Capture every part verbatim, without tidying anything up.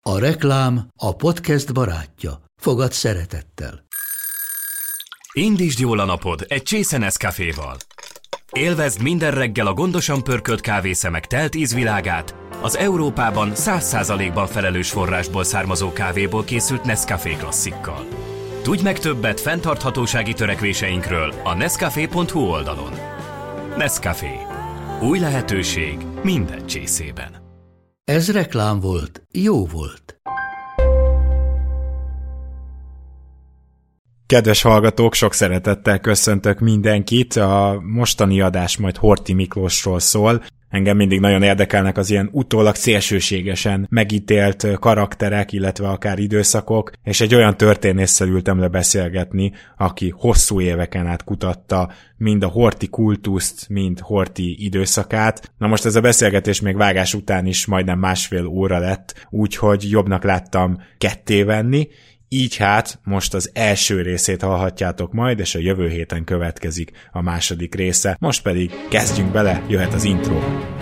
A reklám a podcast barátja. Fogad szeretettel. Indítsd jól a napod egy csésze Nescaféval. Élvezd minden reggel a gondosan pörkölt kávészemek telt ízvilágát, az Európában száz százalékban felelős forrásból származó kávéból készült Nescafé klasszikkal. Tudj meg többet fenntarthatósági törekvéseinkről a nescafé pont hu oldalon. Nescafé. Új lehetőség minden csészében. Ez reklám volt, jó volt. Kedves hallgatók, sok szeretettel köszöntök mindenkit. A mostani adás majd Horthy Miklósról szól. Engem mindig nagyon érdekelnek az ilyen utólag szélsőségesen megítélt karakterek, illetve akár időszakok, és egy olyan történésszel ültem le beszélgetni, aki hosszú éveken át kutatta mind a Horthy kultuszt, mind Horthy időszakát. Na most ez a beszélgetés még vágás után is majdnem másfél óra lett, úgyhogy jobbnak láttam ketté venni. Így hát most az első részét hallhatjátok majd, és a jövő héten következik a második része. Most pedig kezdjünk bele, jöhet az intro.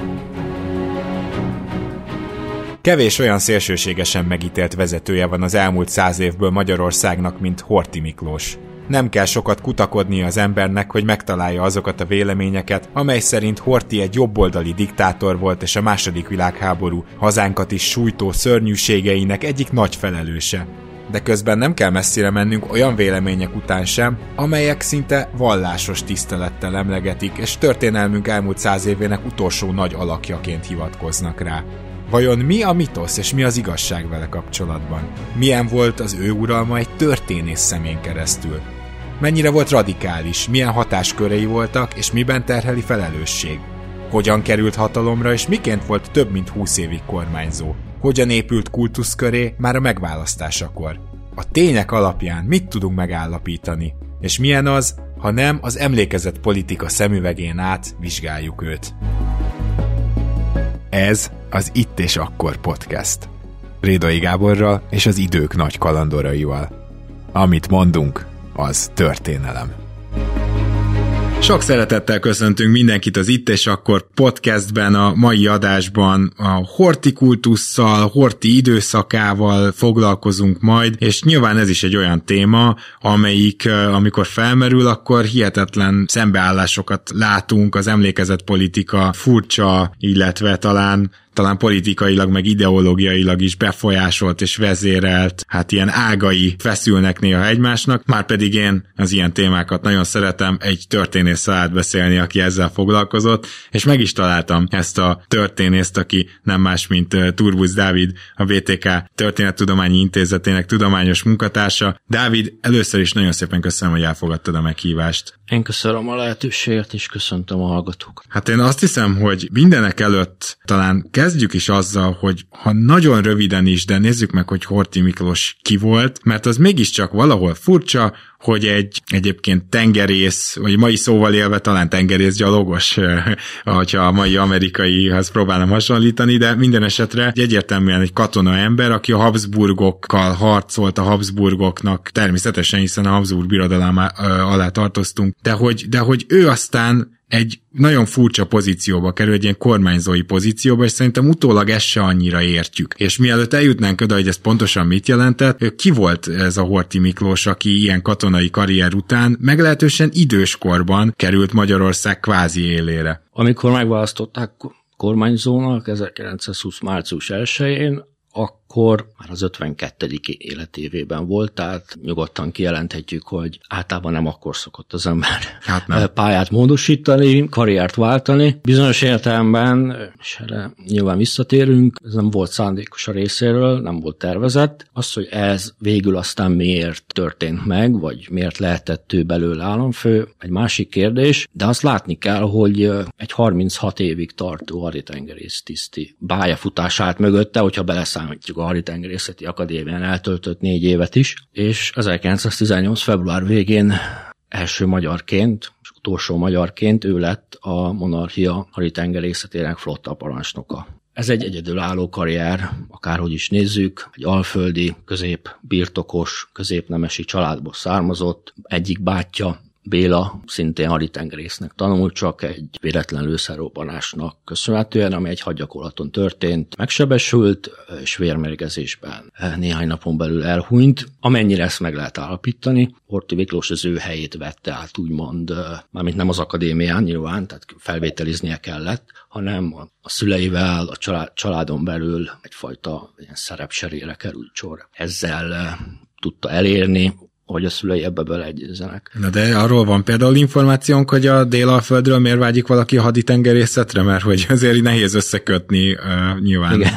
Kevés olyan szélsőségesen megítélt vezetője van az elmúlt száz évből Magyarországnak, mint Horthy Miklós. Nem kell sokat kutakodnia az embernek, hogy megtalálja azokat a véleményeket, amely szerint Horthy egy jobboldali diktátor volt, és a második világháború hazánkat is sújtó szörnyűségeinek egyik nagy felelőse. De közben nem kell messzire mennünk olyan vélemények után sem, amelyek szinte vallásos tisztelettel emlegetik, és történelmünk elmúlt száz évének utolsó nagy alakjaként hivatkoznak rá. Vajon mi a mitosz és mi az igazság vele kapcsolatban? Milyen volt az ő uralma egy történész szemén keresztül? Mennyire volt radikális, milyen hatáskörei voltak, és miben terheli felelősség? Hogyan került hatalomra, és miként volt több mint húsz évig kormányzó? Hogyan épült kultusz köré már a megválasztásakor? A tények alapján mit tudunk megállapítani? És milyen az, ha nem az emlékezett politika szemüvegén át vizsgáljuk őt? Ez az Itt és Akkor podcast. Rédai Gáborral és az idők nagy kalandoraival. Amit mondunk, az történelem. Sok szeretettel köszöntünk mindenkit az Itt és Akkor podcastben, a mai adásban a Horthy kultusszal, Horthy időszakával foglalkozunk majd, és nyilván ez is egy olyan téma, amelyik, amikor felmerül, akkor hihetetlen szembeállásokat látunk, az emlékezett politika furcsa, illetve talán talán politikailag, meg ideológiailag is befolyásolt és vezérelt, hát ilyen ágai feszülnek néha egymásnak, márpedig én az ilyen témákat nagyon szeretem egy történésszel átbeszélni, aki ezzel foglalkozott, és meg is találtam ezt a történészt, aki nem más, mint Turbusz Dávid, a bé té ká Történettudományi Intézetének tudományos munkatársa. Dávid, először is nagyon szépen köszönöm, hogy elfogadtad a meghívást. Én köszönöm a lehetőséget, és köszöntöm a hallgatókat. Hát én azt hiszem, hogy mindenek előtt talán kezdjük is azzal, hogy ha nagyon röviden is, de nézzük meg, hogy Horthy Miklós ki volt, mert az mégiscsak valahol furcsa, hogy egy egyébként tengerész, vagy mai szóval élve talán tengerészgyalogos, hogyha a mai amerikaihoz próbálom hasonlítani, de minden esetre egyértelműen egy katona ember, aki a Habsburgokkal harcolt, a Habsburgoknak természetesen, hiszen a Habsburg birodalom alá tartoztunk, de hogy, de hogy ő aztán egy nagyon furcsa pozícióba kerül, egy ilyen kormányzói pozícióba, és szerintem utólag ezt se annyira értjük. És mielőtt eljutnánk oda, hogy ez pontosan mit jelentett, ki volt ez a Horthy Miklós, aki ilyen katonai karrier után meglehetősen idős korban került Magyarország kvázi élére? Amikor megválasztották kormányzónak ezerkilencszázhúsz március elsején, akkor már az ötvenkettedik életévében volt, tehát nyugodtan kijelenthetjük, hogy általában nem akkor szokott az ember hát pályát módosítani, karriert váltani. Bizonyos értelemben, és erre nyilván visszatérünk, ez nem volt szándékos a részéről, nem volt tervezett. Az, hogy ez végül aztán miért történt meg, vagy miért lehetett ő belőle államfő, egy másik kérdés, de azt látni kell, hogy egy harminchat évig tartó haditengerész tiszti pályafutását mögötte, hogyha beleszámítjuk a Haditengerészeti Akadémián eltöltött négy évet is, és ezerkilencszáztizennyolc február végén első magyarként, és utolsó magyarként ő lett a monarchia haditengerészetének flotta parancsnoka. Ez egy egyedülálló karrier, akárhogy is nézzük, egy alföldi, középbirtokos, középnemesi családból származott, egyik bátyja Béla szintén haditengerésznek tanult, csak egy véletlen lőszerrobbanásnak köszönhetően, ami egy hadgyakorlaton történt, megsebesült, és vérmérgezésben néhány napon belül elhunyt. Amennyire ezt meg lehet állapítani, Horthy Miklós az ő helyét vette át, úgymond, mármint nem az akadémián nyilván, tehát felvételiznie kellett, hanem a szüleivel, a család, családon belül egyfajta ilyen szerepcserére került sor. Ezzel tudta elérni, hogy a szülei ebbe beleegyezzenek. Na de arról van például információnk, hogy a Dél-Alföldről miért vágyik valaki a haditengerészetre, mert hogy azért nehéz összekötni uh, nyilván. Igen.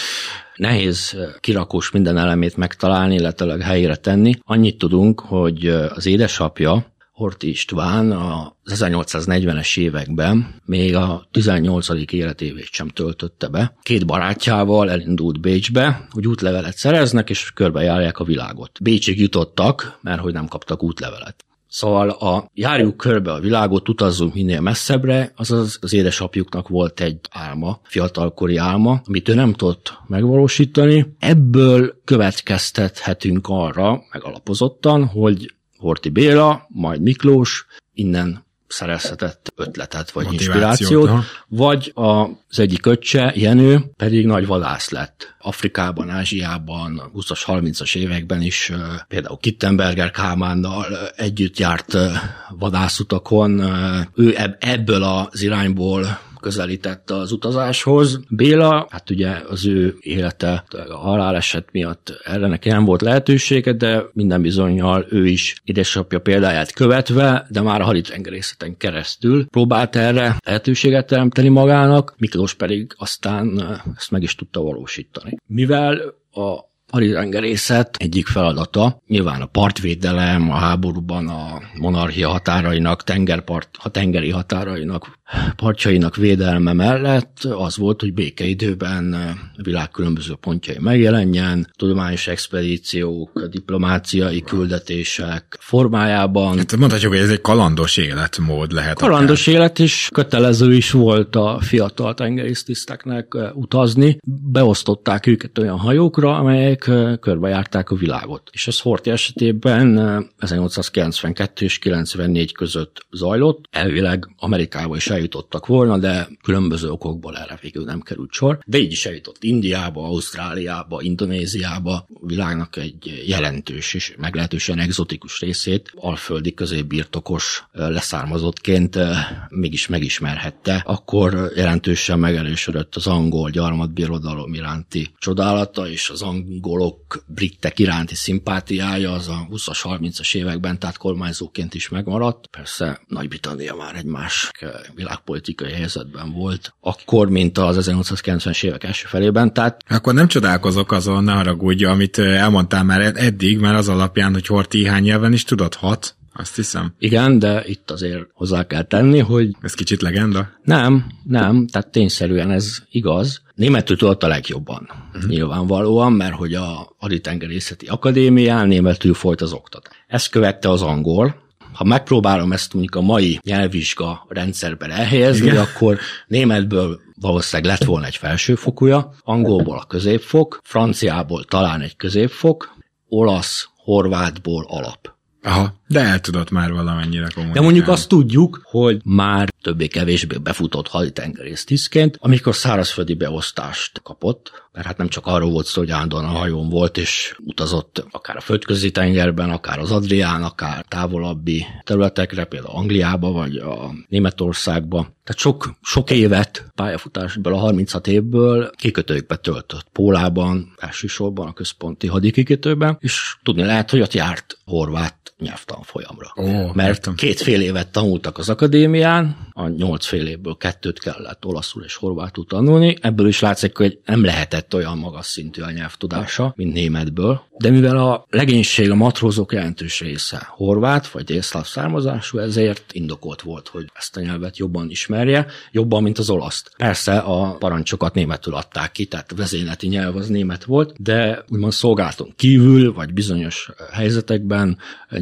Nehéz kirakós minden elemét megtalálni, illetve helyére tenni. Annyit tudunk, hogy az édesapja, Horthy István az ezernyolcszáznegyvenes években még a tizennyolcadik életévét sem töltötte be. Két barátjával elindult Bécsbe, hogy útlevelet szereznek, és körbejárják a világot. Bécsig jutottak, mert hogy nem kaptak útlevelet. Szóval a járjuk körbe a világot, utazzunk minél messzebbre, azaz az édesapjuknak volt egy álma, fiatalkori álma, amit ő nem tudott megvalósítani. Ebből következtethetünk arra, megalapozottan, hogy Horthy Béla, majd Miklós innen szerezhetett ötletet vagy inspirációt, ha. Vagy az egyik öccse, Jenő, pedig nagy vadász lett. Afrikában, Ázsiában, húszas, harmincas években is például Kittenberger Kálmánnal együtt járt vadászutakon. Ő ebből az irányból közelítette az utazáshoz. Béla, hát ugye az ő élete a haláleset miatt erre neki nem volt lehetősége, de minden bizonnyal ő is édesapja példáját követve, de már a haditengerészeten keresztül próbált erre lehetőséget teremteni magának, Miklós pedig aztán ezt meg is tudta valósítani. Mivel a haditengerészet egyik feladata, nyilván a partvédelem, a háborúban a monarchia határainak, tengerpart, a tengeri határainak, partjainak védelme mellett az volt, hogy békeidőben a világ különböző pontjai megjelenjen, tudományos expedíciók, diplomáciai küldetések formájában. Hát mondhatjuk, hogy ez egy kalandos életmód lehet. Kalandos akár. élet, és kötelező is volt a fiatal tengerésztiszteknek utazni. Beosztották őket olyan hajókra, amelyek körbejárták a világot. És ez Horthy esetében ezernyolcszázkilencvenkettő és kilencvennégy között zajlott. Elvileg Amerikába is eljutottak volna, de különböző okokból erre végül nem került sor. De így is eljutott Indiába, Ausztráliába, Indonéziába, a világnak egy jelentős és meglehetősen egzotikus részét alföldi középbirtokos leszármazottként mégis megismerhette. Akkor jelentősen megerősödött az angol gyarmatbirodalom iránti csodálata, és az angolok, britek iránti szimpátiája az a húszas, harmincas években, tehát kormányzóként is megmaradt. Persze Nagy-Britannia már egy más világpolitikai helyzetben volt, akkor, mint az ezernyolcszázkilencvenes évek első felében, tehát... Akkor nem csodálkozok azon, ne haragudj, amit elmondtál már eddig, már az alapján, hogy Horthy hány nyelven is tudott, hat, azt hiszem. Igen, de itt azért hozzá kell tenni, hogy... Ez kicsit legenda? Nem, nem, tehát tényszerűen ez igaz. Németül tudott a legjobban, uh-huh. nyilvánvalóan, mert hogy a haditengerészeti akadémián németül folyt az oktatás. Ezt követte az angol. Ha megpróbálom ezt mondjuk a mai nyelvvizsga rendszerben elhelyezni, igen, akkor németből valószínűleg lett volna egy felsőfokúja, angolból a középfok, franciából talán egy középfok, olasz, horvátból alap. Aha, de el tudott már valamennyire kommunikálni. De mondjuk azt tudjuk, hogy már többé-kevésbé befutott haditengerésztisztként, amikor szárazföldi beosztást kapott, mert hát nem csak arról volt szó, hogy állandóan a hajón volt, és utazott akár a földközi tengerben, akár az Adrián, akár távolabbi területekre, például Angliába, vagy a Németországba. Tehát sok, sok évet pályafutásból, a harminchat évből kikötőkbe töltött. Pólában, elsősorban a központi hadikikötőben, és tudni lehet, hogy ott járt horvát nyelvtanfolyamra. Oh, mert értem. két fél évet tanultak az akadémián, a nyolc fél évből kettőt kellett olaszul és horvátul tanulni, ebből is látszik, hogy nem lehetett olyan magas szintű a nyelvtudása, mint németből, de mivel a legénység, a matrózok jelentős része horvát vagy délszláv származású, ezért indokolt volt, hogy ezt a nyelvet jobban ismerje, jobban, mint az olaszt. Persze a parancsokat németül adták ki, tehát a vezényleti nyelv az német volt, de úgymond szolgálaton kívül, vagy bizonyos helyzetekben nyilvánvalóan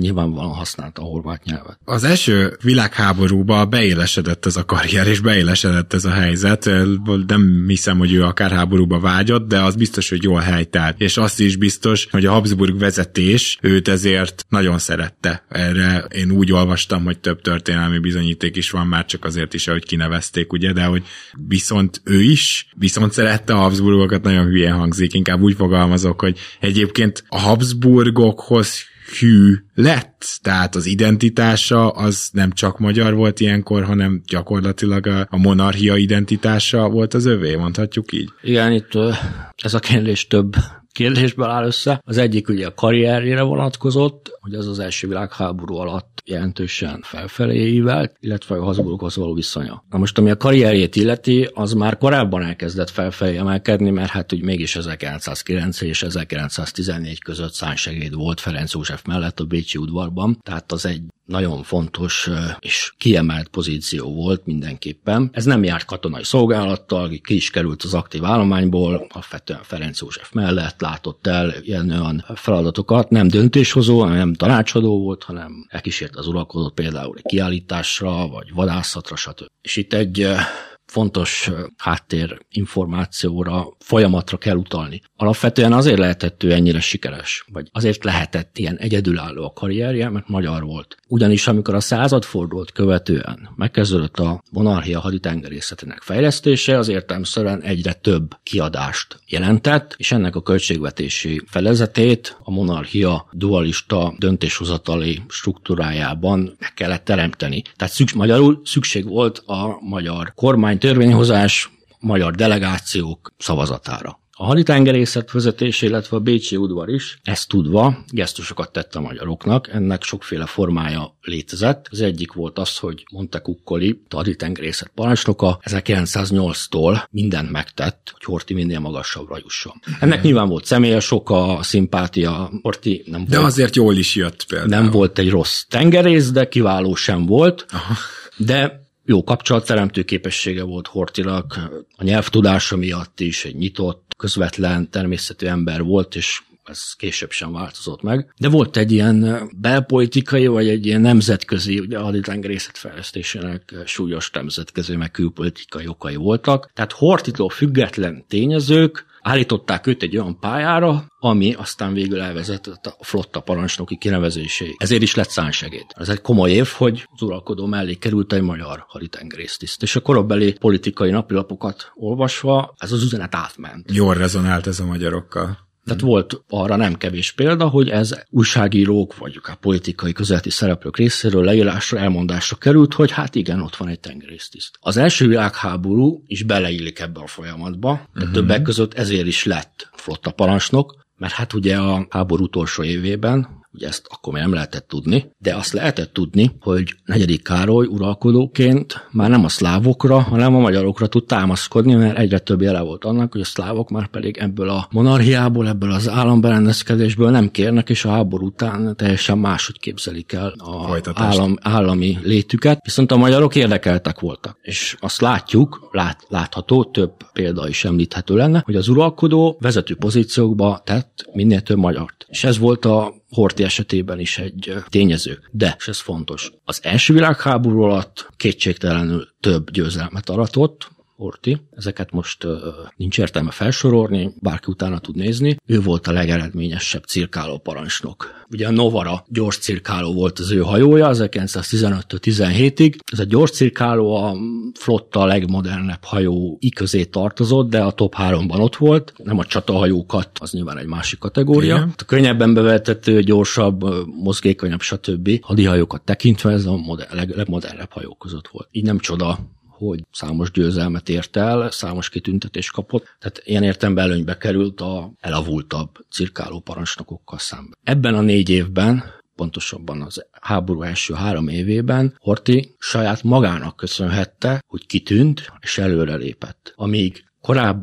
nyilvánvalóan használta a horvát nyelvet. Az első világháborúba beélesedett ez a karrier, és beélesedett ez a helyzet. Nem hiszem, hogy ő akár háborúba vágyott, de az biztos, hogy jól helytált. És azt is biztos, hogy a Habsburg vezetés őt ezért nagyon szerette. Erre én úgy olvastam, hogy több történelmi bizonyíték is van, már csak azért is, ahogy kinevezték, ugye, de hogy viszont ő is, viszont szerette a Habsburgokat, nagyon hülyén hangzik, inkább úgy fogalmazok, hogy egyébként a Habsburgokhoz hű lett, tehát az identitása az nem csak magyar volt ilyenkor, hanem gyakorlatilag a, a monarchia identitása volt az övé, mondhatjuk így? Igen, itt ez a kérdés több kérdésből áll össze. Az egyik ugye a karrierjére vonatkozott, hogy az az első világháború alatt jelentősen felfelé ívelt, illetve a Habsburgokhoz való viszonya. Na most, ami a karrierjét illeti, az már korábban elkezdett felfelé emelkedni, mert hát úgy mégis ezerkilencszázkilenc és ezerkilencszáztizennégy között szárnysegéd volt Ferenc József mellett a bécsi udvarban, tehát az egy nagyon fontos és kiemelt pozíció volt mindenképpen. Ez nem járt katonai szolgálattal, ki is került az aktív állományból, alapvetően Ferenc József mellett látott el ilyen olyan feladatokat, nem döntéshozó, nem tanácsadó volt, hanem elkísért az uralkodót például egy kiállításra, vagy vadászatra, stb. És itt egy fontos háttér információra, folyamatra kell utalni. Alapvetően azért lehetett ő ennyire sikeres, vagy azért lehetett ilyen egyedülálló a karrierje, mert magyar volt. Ugyanis amikor a századfordulót követően megkezdődött a monarchia haditengerészetének fejlesztése, az értelemszerűen egyre több kiadást jelentett, és ennek a költségvetési felezetét a monarchia dualista döntéshozatali struktúrájában meg kellett teremteni. Tehát szükség, magyarul szükség volt a magyar kormány törvényhozás, magyar delegációk szavazatára. A haditengerészet vezetése, illetve a bécsi udvar is ezt tudva gesztusokat tett a magyaroknak, ennek sokféle formája létezett. Az egyik volt az, hogy Montecuccoli, a haditengerészet parancsnoka ezerkilencszáznyolctól mindent megtett, hogy Horthy minél magasabbra jusson. Ennek nyilván volt személyes oka, szimpátia, Horthy nem volt. De azért jól is jött például. Nem volt egy rossz tengerész, de kiváló sem volt. Aha. De jó kapcsolatteremtő képessége volt Horthynak, a nyelvtudása miatt is egy nyitott, közvetlen, természetű ember volt, és ez később sem változott meg. De volt egy ilyen belpolitikai, vagy egy ilyen nemzetközi, ugye a haditengerészet fejlesztésének súlyos nemzetközi, meg külpolitikai okai voltak. Tehát Horthytól független tényezők állították őt egy olyan pályára, ami aztán végül elvezetett a flotta parancsnoki kinevezéséig. Ezért is lett szárnysegéd. Ez egy komoly év, hogy az uralkodó mellé került egy magyar haditengerésztiszt. És a korabeli politikai napilapokat olvasva ez az üzenet átment. Jól rezonált ez a magyarokkal. Tehát volt arra nem kevés példa, hogy ez újságírók, vagy akár politikai közéleti szereplők részéről leírásra, elmondásra került, hogy hát igen, ott van egy tengerésztiszt. Az első világháború is beleillik ebbe a folyamatba, de uh-huh. többek között ezért is lett flotta parancsnok, mert hát ugye a háború utolsó évében, ugye ezt akkor még nem lehetett tudni, de azt lehetett tudni, hogy negyedik Károly uralkodóként már nem a szlávokra, hanem a magyarokra tud támaszkodni, mert egyre több jele volt annak, hogy a szlávok már pedig ebből a monarchiából, ebből az államberendezkedésből nem kérnek, és a háború után teljesen máshogy képzelik el a állam, állami létüket. Viszont a magyarok érdekeltek voltak. És azt látjuk, lát, látható, több példa is említhető lenne, hogy az uralkodó vezető pozíciókba tett minél több magyart. És ez volt a Horthy esetében is egy tényező. De, és ez fontos, az első világháború alatt kétségtelenül több győzelmet aratott Horthy. Ezeket most uh, nincs értelme felsorolni, bárki utána tud nézni. Ő volt a legeredményesebb cirkáló parancsnok. Ugye a Novara gyors cirkáló volt az ő hajója, ezerkilencszáztizenöttől tizenhétig. Ez a gyors cirkáló a flotta a legmodernebb hajó közé tartozott, de a top háromban ott volt. Nem a csatahajókat, az nyilván egy másik kategória. Igen. A könnyebben bevetető, gyorsabb, mozgékonyabb, stb. Hadihajókat tekintve ez a modern, leg, legmodernebb hajók között volt. Így nem csoda, hogy számos győzelmet ért el, számos kitüntetést kapott, tehát ilyen értelemben előnybe került a elavultabb cirkáló parancsnokokkal szemben. Ebben a négy évben, pontosabban az háború első három évében Horthy saját magának köszönhette, hogy kitűnt és előrelépett. Amíg korábban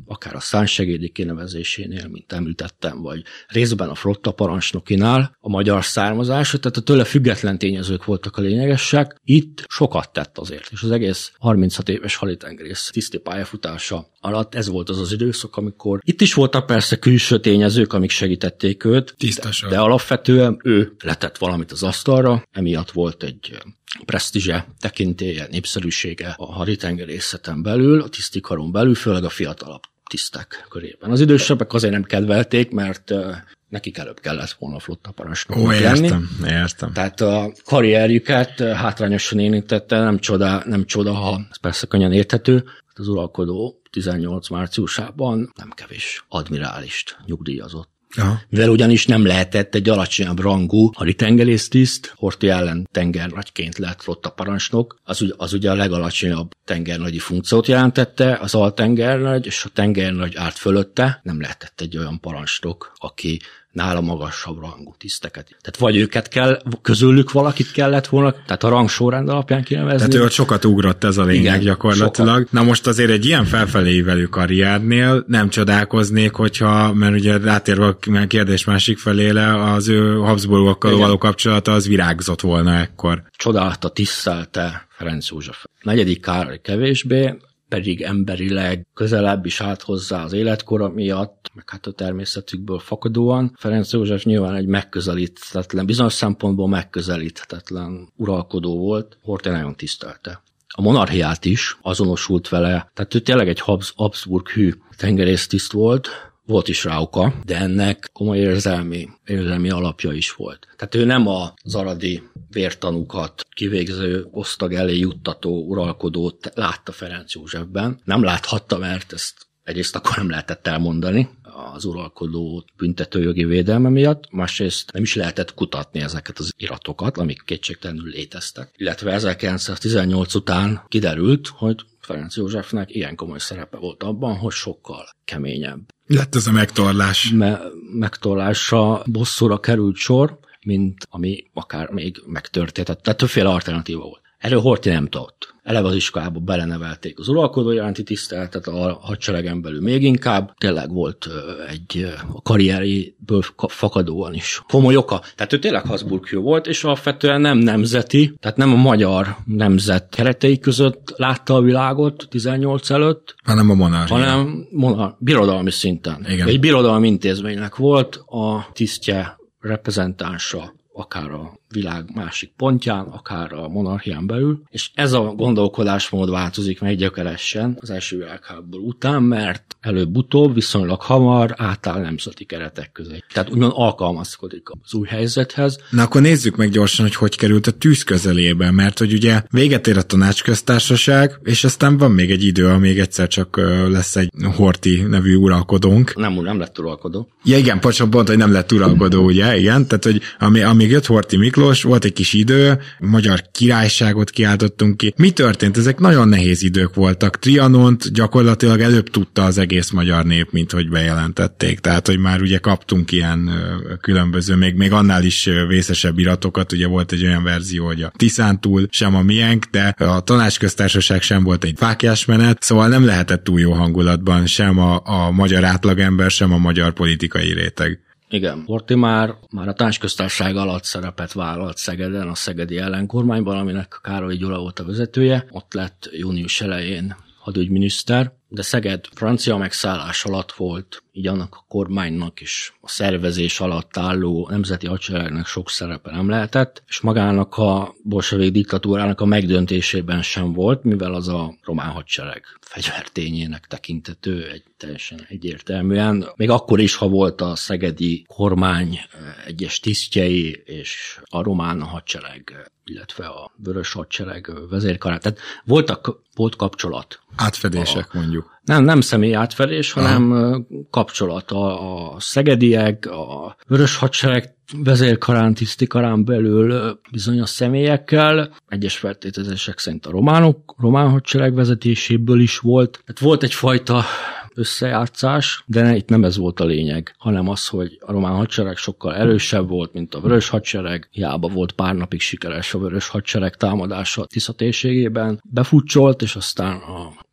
akár a szánsegédi kinevezésénél, mint említettem, vagy részben a flotta parancsnokinál a magyar származásra, tehát a tőle független tényezők voltak a lényegesek. Itt sokat tett azért, és az egész harminchat éves haditengerész tiszti pályafutása alatt ez volt az az időszak, amikor itt is voltak persze külső tényezők, amik segítették őt, de, de alapvetően ő letett valamit az asztalra, emiatt volt egy presztízse, tekintélye, népszerűsége a haditengerészeten belül, a tisztikaron belül, főleg a fiatalabb tisztek körében. Az idősebbek azért nem kedvelték, mert nekik előbb kellett volna flotta parancsnoknak lenni. Értem, értem. Tehát a karrierjüket hátrányosan érintette, nem csoda, nem csoda, ha ez persze könnyen érthető. Az uralkodó tizennyolc márciusában nem kevés admirálist nyugdíjazott. Aha. Mivel ugyanis nem lehetett egy alacsonyabb rangú haditengerésztiszt, Horthy ellen tengernagyként lett flotta parancsnok, az, az ugye a legalacsonyabb tengernagyi funkciót jelentette, az altengernagy és a tengernagy árt fölötte nem lehetett egy olyan parancsnok, aki nála magasabb rangú tiszteket. Tehát vagy őket kell, közülük valakit kellett volna, tehát a rangsorrend alapján kinevezni. Tehát ő ott sokat ugrott, ez a lényeg. Igen, gyakorlatilag. Sokat. Na most azért egy ilyen felfelé ívelő karriernél nem csodálkoznék, hogyha, mert ugye rátérve a kérdés másik felére, az ő Habsburgokkal igen. való kapcsolata az virágzott volna ekkor. Csodálata, tisztelte Ferenc József. Negyedik Károly kevésbé, pedig emberileg közelebb is állt hozzá az életkora miatt, meg hát a természetükből fakadóan. Ferenc József nyilván egy megközelíthetetlen, bizonyos szempontból megközelíthetetlen uralkodó volt, Horthy nagyon tisztelte. A monarchiát is azonosult vele, tehát ő tényleg egy Habsburg hű tengerésztiszt volt, volt is rá oka, de ennek komoly érzelmi, érzelmi alapja is volt. Tehát ő nem az aradi vértanúkat kivégző, osztag elé juttató uralkodót látta Ferenc Józsefben. Nem láthatta, mert ezt egyrészt akkor nem lehetett elmondani az uralkodó büntetőjogi védelme miatt, másrészt nem is lehetett kutatni ezeket az iratokat, amik kétségtelenül léteztek. Illetve ezerkilencszáztizennyolc után kiderült, hogy Ferenc Józsefnek ilyen komoly szerepe volt abban, hogy sokkal keményebb. Lett ez a megtorlás. Me- megtorlásra, bosszúra került sor, mint ami akár még megtörtént. Tehát többféle alternatíva volt. Erről Horthy nem tudott. Eleve az iskolába belenevelték az uralkodó iránti tiszteletet, a hadseregen belül még inkább. Tényleg volt egy a karrieréből fakadóan is komoly oka. Tehát ő tényleg Habsburg volt, és alapvetően nem nemzeti, tehát nem a magyar nemzet keretei között látta a világot tizennyolc előtt, hanem a monarchia. Hanem monar- birodalmi szinten. Igen. Egy birodalmi intézménynek volt a tisztje, reprezentánsa, akár a világ másik pontján, akár a monarchián belül, és ez a gondolkodásmód változik meg gyökeresen az első világháború után, mert előbb-utóbb viszonylag hamar átáll nemzeti keretek közé. Tehát úgymond alkalmazkodik az új helyzethez. Na akkor nézzük meg gyorsan, hogy hogy került a tűz közelébe, mert hogy ugye véget ér a tanácsköztársaság, és aztán van még egy idő, amíg egyszer csak lesz egy Horthy nevű uralkodónk. Nem, nem lett uralkodó. Ja igen, pont, pont, hogy nem lett uralkodó, ugye, igen, tehát hogy ami, amíg jött Horthy Miklós, volt egy kis idő, magyar királyságot kiáltottunk ki. Mi történt? Ezek nagyon nehéz idők voltak. Trianont gyakorlatilag előbb tudta az egész magyar nép, mint hogy bejelentették. Tehát, hogy már ugye kaptunk ilyen különböző, még, még annál is vészesebb iratokat, ugye volt egy olyan verzió, hogy a Tiszántúl sem a miénk, de a tanácsköztársaság sem volt egy fáklyás menet, szóval nem lehetett túl jó hangulatban sem a, a magyar átlagember, sem a magyar politikai réteg. Igen, Horthy már, már a tanácsköztársaság alatt szerepet vállalt Szegeden, a szegedi ellenkormányban, aminek Károly Gyula volt a vezetője. Ott lett június elején hadügyminiszter, de Szeged francia megszállás alatt volt, így annak a kormánynak is a szervezés alatt álló nemzeti hadseregnek sok szerepe nem lehetett, és magának a bolsevik diktatúrának a megdöntésében sem volt, mivel az a román hadsereg fegyvertényének tekintető egy teljesen egyértelműen. Még akkor is, ha volt a szegedi kormány egyes tisztjei és a román hadsereg, illetve a vörös hadsereg vezérkarán. Tehát voltak, volt kapcsolat. Átfedések a, mondjuk. Nem, nem személy átfedés, hanem Aha. kapcsolat a, a szegediek, a vörös hadsereg vezérkarán, tisztikarán belül bizonyos személyekkel, egyes feltételezések szerint a románok, román hadsereg vezetéséből is volt. Tehát volt egyfajta összejátszás, de itt nem ez volt a lényeg, hanem az, hogy a román hadsereg sokkal erősebb volt, mint a vörös hadsereg, hiába volt pár napig sikeres a vörös hadsereg támadása Tisza térségében, befutcsolt, és aztán a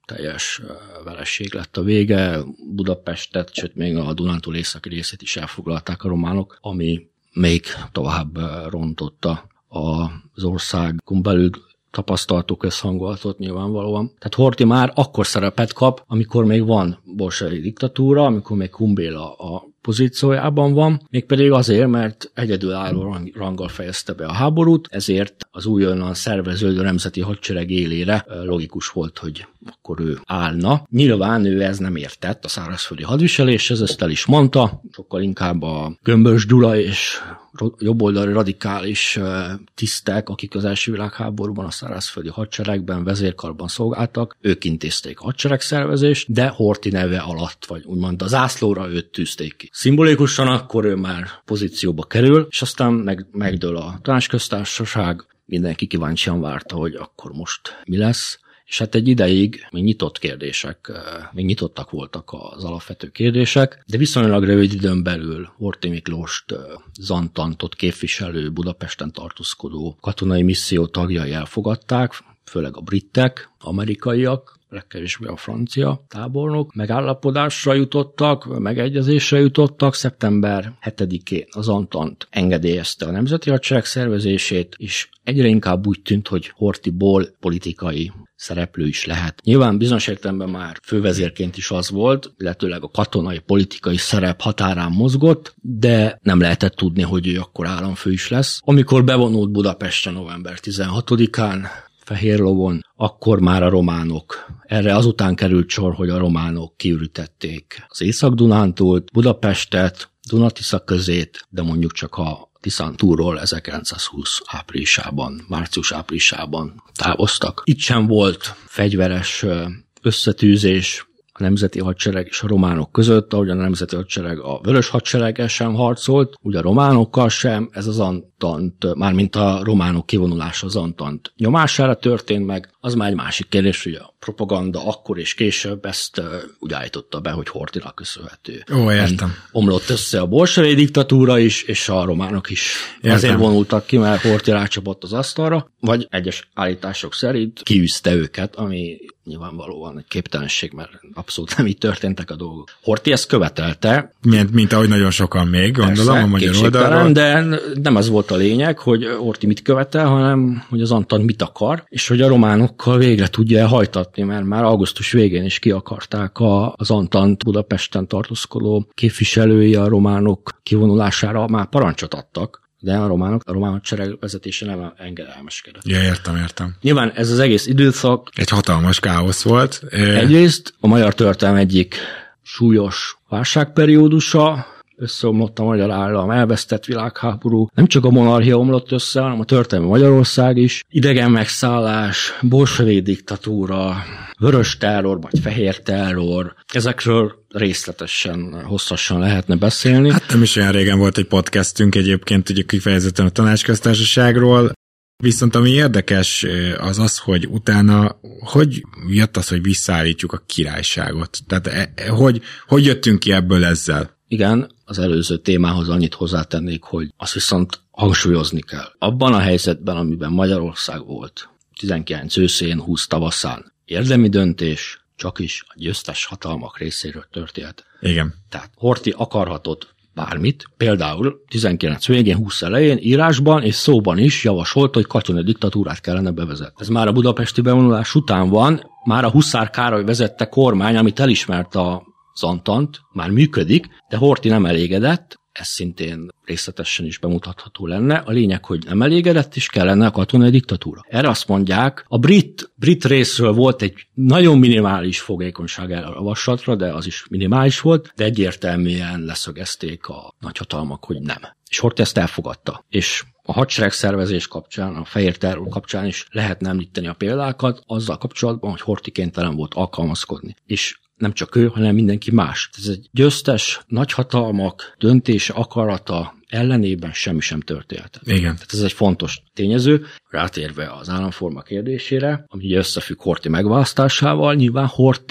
teljes vereség lett a vége. Budapestet, sőt még a Dunántúl északi részét is elfoglalták a románok, ami még tovább rontotta az országon belül tapasztaltuk összhangolatot nyilvánvalóan. Tehát Horthy már akkor szerepet kap, amikor még van bolsevik diktatúra, amikor még Kumbéla a pozíciójában van, mégpedig azért, mert egyedülálló ranggal fejezte be a háborút, ezért az újonnan szerveződő nemzeti hadsereg élére logikus volt, hogy akkor ő állna. Nyilván ő ez nem értett a szárazföldi hadviseléshez, ezt el is mondta, sokkal inkább a Gömbös Gyula és jobboldali radikális tisztek, akik az első világháborúban a szárazföldi hadseregben, vezérkarban szolgáltak, ők intézték a hadseregszervezést, de Horthy neve alatt, vagy úgymond a zászlóra őt tűzték ki. Szimbolikusan akkor ő már pozícióba kerül, és aztán meg, megdől a Tanácsköztársaság, mindenki kíváncsian várta, hogy akkor most mi lesz. És hát egy ideig még nyitott kérdések, még nyitottak voltak az alapvető kérdések, de viszonylag rövid időn belül Horthy Miklóst Zantantot képviselő Budapesten tartózkodó katonai misszió tagjai elfogadták, főleg a britek, amerikaiak, legkevésbé a francia tábornok, megállapodásra jutottak, megegyezésre jutottak, szeptember hetedikén az Antant engedélyezte a nemzeti hadsereg szervezését, és egyre inkább úgy tűnt, hogy Horthyból politikai szereplő is lehet. Nyilván bizonyos értelemben már fővezérként is az volt, illetőleg a katonai politikai szerep határán mozgott, de nem lehetett tudni, hogy ő akkor államfő is lesz. Amikor bevonult Budapestre november tizenhatodikán, Fehér Lovon, akkor már a románok, erre azután került sor, hogy a románok kiürítették az Észak-Dunántúlt, Budapestet, Dunatisza közét, de mondjuk csak a Tiszántúlról ezerkilencszázhúsz áprilisában, március-áprilisában távoztak. Itt sem volt fegyveres összetűzés a nemzeti hadsereg és a románok között, ahogyan a nemzeti hadsereg a vörös hadsereggel sem harcolt, ugye a románokkal sem, ez az Antant, mármint a románok kivonulása az Antant nyomására történt meg, az már egy másik kérdés, hogy a propaganda akkor és később ezt uh, úgy állította be, hogy Horthynak köszönhető. Ó, értem. Omlott össze a bolsevik diktatúra is, és a románok is értem. Azért vonultak ki, mert Horthy rácsapott az asztalra, vagy egyes állítások szerint kiűzte őket, ami nyilvánvalóan egy képtelenség, mert abszolút nem így történtek a dolgok. Horthy ezt követelte. Mint, mint ahogy nagyon sokan még, gondolom, persze, a magyar oldalról. De nem az volt a lényeg, hogy Horthy mit követel, hanem hogy az Antant mit akar, és hogy a románokkal végre tudja hajtatni, mert már augusztus végén is ki akarták a, az Antant Budapesten tartózkodó képviselői a románok kivonulására, már parancsot adtak, de a románok, a román hadsereg vezetése nem engedelmeskedett. Ja, értem, értem. Nyilván ez az egész időszak egy hatalmas káosz volt. Egyrészt a magyar történelem egyik súlyos válságperiódusa, összeomlott a magyar állam, elvesztett világháború. Nem csak a monarchia omlott össze, hanem a történelmi Magyarország is. Idegen megszállás, bolsevik diktatúra, vörös terror, vagy fehér terror. Ezekről részletesen, hosszasan lehetne beszélni. Hát nem is olyan régen volt egy podcastünk egyébként, ugye kifejezetten a Tanácsköztársaságról. Viszont ami érdekes az az, hogy utána hogy jött az, hogy visszaállítjuk a királyságot? Tehát e, hogy, hogy jöttünk ki ebből ezzel? Igen, az előző témához annyit hozzátennék, hogy azt viszont hangsúlyozni kell. Abban a helyzetben, amiben Magyarország volt, tizenkilenc őszén, húsz tavaszán, érdemi döntés csak is a győztes hatalmak részéről történt. Igen. Tehát Horthy akarhatott bármit, például tizenkilenc végén, húsz elején írásban és szóban is javasolt, hogy katonai diktatúrát kellene bevezetni. Ez már a budapesti bevonulás után van, már a Huszár Károly vezette kormány, amit elismert a az Antant, már működik, de Horthy nem elégedett, ez szintén részletesen is bemutatható lenne. A lényeg, hogy nem elégedett, és kellene a katonai diktatúra. Erre azt mondják, a brit, brit részről volt egy nagyon minimális fogékonyság erre a javaslatra, de az is minimális volt, de egyértelműen leszögezték a nagyhatalmak, hogy nem. És Horthy ezt elfogadta. És a hadseregszervezés kapcsán, a fehér terror kapcsán is lehetne említeni a példákat, azzal kapcsolatban, hogy Horthy kénytelen volt alkalmazkodni. És nem csak ő, hanem mindenki más. Ez egy győztes nagyhatalmak döntése, akarata ellenében semmi sem történt. Igen. Tehát ez egy fontos tényező. Rátérve az államforma kérdésére, ami ugye összefügg Horthy megválasztásával, nyilván Horthy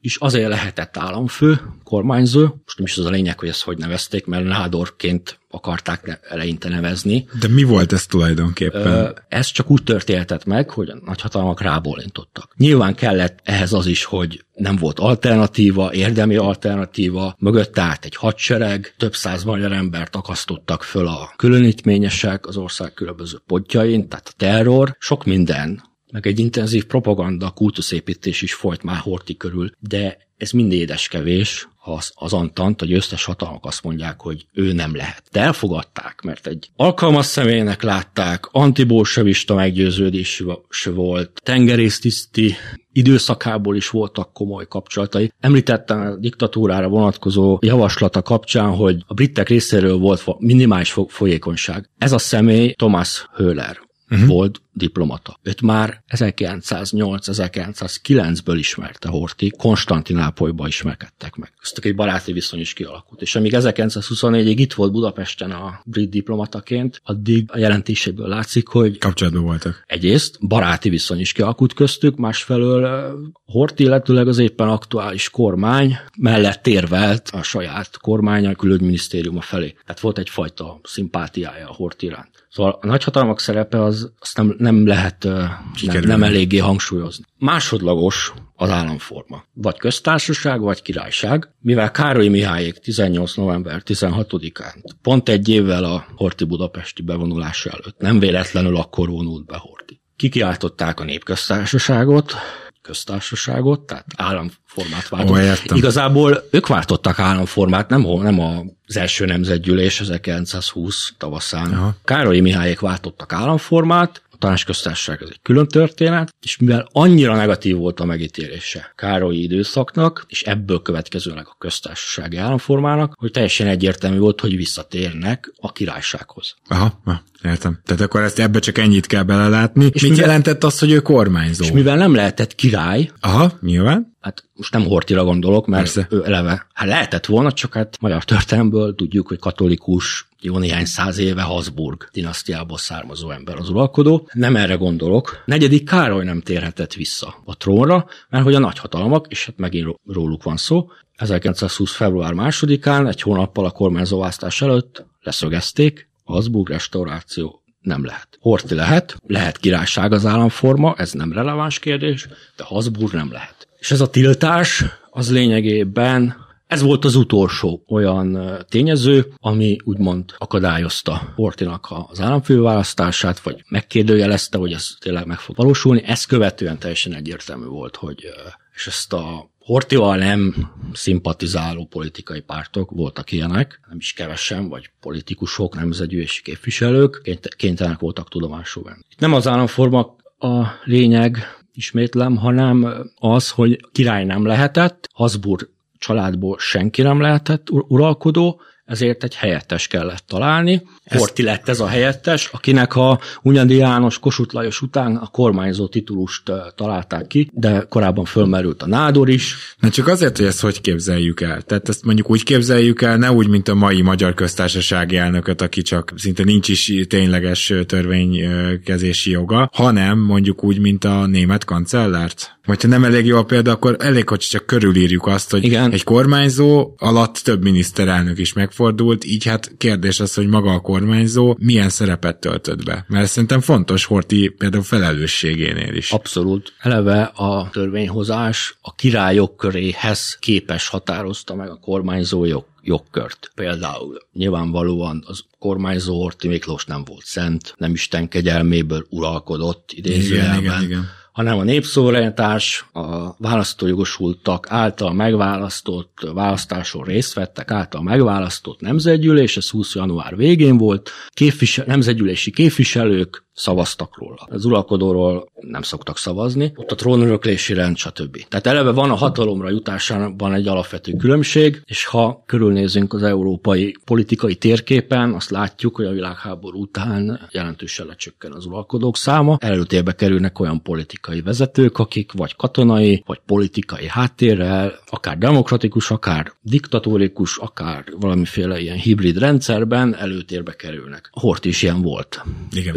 is azért lehetett államfő, kormányzó. Most nem is az a lényeg, hogy ezt hogy nevezték, mert nádorként akarták eleinte nevezni. De mi volt ez tulajdonképpen? Ez csak úgy történhetett meg, hogy a nagyhatalmak rábólintottak. Nyilván kellett ehhez az is, hogy nem volt alternatíva, érdemi alternatíva, mögött állt egy hadsereg, több száz magyar embert akasztottak föl a különítményesek az ország különböző pontjain, tehát a terror, sok minden, meg egy intenzív propaganda, kultuszépítés is folyt már Horthy körül, de ez mind édeskevés, ha az, az Antant, a győztes hatalmak azt mondják, hogy ő nem lehet. De elfogadták, mert egy alkalmas személynek látták, antibolsevista meggyőződésű volt, tengerésztiszti időszakából is voltak komoly kapcsolatai. Említettem a diktatúrára vonatkozó javaslata kapcsán, hogy a britek részéről volt minimális folyékonyság. Ez a személy Thomas Höhler. Uh-huh. Volt diplomata. Őt már ezerkilencszáznyolc ezerkilencszázkilencből ismerte Horthy, Konstantinápolyba ismerkedtek meg. Köztük egy baráti viszony is kialakult. És amíg ezerkilencszázhuszonnégyig itt volt Budapesten a brit diplomataként, addig a jelentéséből látszik, hogy kapcsolatban voltak. Egyrészt baráti viszony is kialakult köztük, másfelől Horthy, illetőleg az éppen aktuális kormány mellett érvelt a saját kormánya, a külügyminisztériuma felé. Tehát volt egyfajta szimpátiája a Horthy iránt. Szóval a nagyhatalmak szerepe az azt nem, nem lehet nem, nem eléggé hangsúlyozni. Másodlagos az államforma. Vagy köztársaság, vagy királyság. Mivel Károly Mihályék tizennyolcadika november tizenhatodikán, pont egy évvel a Horthy budapesti bevonulása előtt, nem véletlenül akkor vonult be Horthy. Kikiáltották a népköztársaságot, köztársaságot, tehát államformát váltottak. Oh, igazából ők váltottak államformát, nem, nem az első nemzetgyűlés ezerkilencszázhúsz tavaszán. Aha. Károly Mihályék váltottak államformát, a tanácsköztársaság ez egy külön történet, és mivel annyira negatív volt a megítélése Károlyi időszaknak, és ebből következőleg a köztársasági államformának, hogy teljesen egyértelmű volt, hogy visszatérnek a királysághoz. Aha, aha. Értem. Tehát akkor ezt ebbe csak ennyit kell belelátni. És mit mivel, jelentett az, hogy ő kormányzó? És mivel nem lehetett király. Aha, nyilván. Hát most nem Horthyra gondolok, mert persze. Ő eleve. Hát lehetett volna, csak hát magyar történelemből tudjuk, hogy katolikus, jó néhány száz éve Habsburg dinasztiából származó ember az uralkodó. Nem erre gondolok. Negyedik Károly nem térhetett vissza a trónra, mert hogy a nagyhatalmak, és hát megint róluk van szó, ezerkilencszázhúsz február másodikán, egy hónappal a kormányzóválasztás előtt leszögezték, a Habsburg restauráció nem lehet. Horthy lehet, lehet királyság az államforma, ez nem releváns kérdés, de Habsburg nem lehet. És ez a tiltás, az lényegében, ez volt az utolsó olyan tényező, ami úgymond akadályozta Horthynak az államfőválasztását, vagy megkérdőjelezte, hogy ez tényleg meg fog valósulni. Ezt követően teljesen egyértelmű volt, hogy és ezt a Horthyval nem szimpatizáló politikai pártok voltak ilyenek, nem is kevesen, vagy politikusok, nemzetgyűlési képviselők, kénytelenek voltak tudomásul venni. Itt nem az államforma a lényeg, ismétlem, hanem az, hogy király nem lehetett, Habsburg családból senki nem lehetett uralkodó, ezért egy helyettes kellett találni. Horthy lett ez a helyettes, akinek a Hunyadi János, Kossuth Lajos után a kormányzó titulust találták ki, de korábban fölmerült a nádor is. Na csak azért, hogy ezt hogy képzeljük el. Tehát ezt mondjuk úgy képzeljük el, ne úgy, mint a mai magyar köztársasági elnököt, aki csak szinte nincs is tényleges törvénykezési joga, hanem mondjuk úgy, mint a német kancellárt. Vagy ha nem elég jó a példa, akkor elég, hogy csak körülírjuk azt, hogy igen. Egy kormányzó alatt több miniszterelnök is megfordult, így hát kérdés az, hogy maga a kormányzó milyen szerepet töltött be. Mert szerintem fontos Horthy például felelősségénél is. Abszolút. Eleve a törvényhozás a királyok köréhez képes határozta meg a kormányzó jog. jogkört. Például nyilvánvalóan az kormányzó Horthy Miklós nem volt szent, nem Isten kegyelméből uralkodott idézőjelben. Igen, igen, igen. hanem a népszóvrenyitás, a választójogosultak által megválasztott választáson részt vettek, által megválasztott nemzetgyűlés, ez húsz január végén volt, képvisel, nemzetgyűlési képviselők szavaztak róla. Az uralkodóról nem szoktak szavazni, ott a trónöröklési rend, stb. Tehát eleve van a hatalomra jutásában egy alapvető különbség, és ha körülnézünk az európai politikai térképen, azt látjuk, hogy a világháború után jelentősen lecsökken az uralkodók száma, előtérbe kerülnek olyan politikai vezetők, akik vagy katonai, vagy politikai háttérrel, akár demokratikus, akár diktatórikus, akár valamiféle ilyen hibrid rendszerben előtérbe kerülnek. Horthy is ilyen volt. Igen. Ő amúgy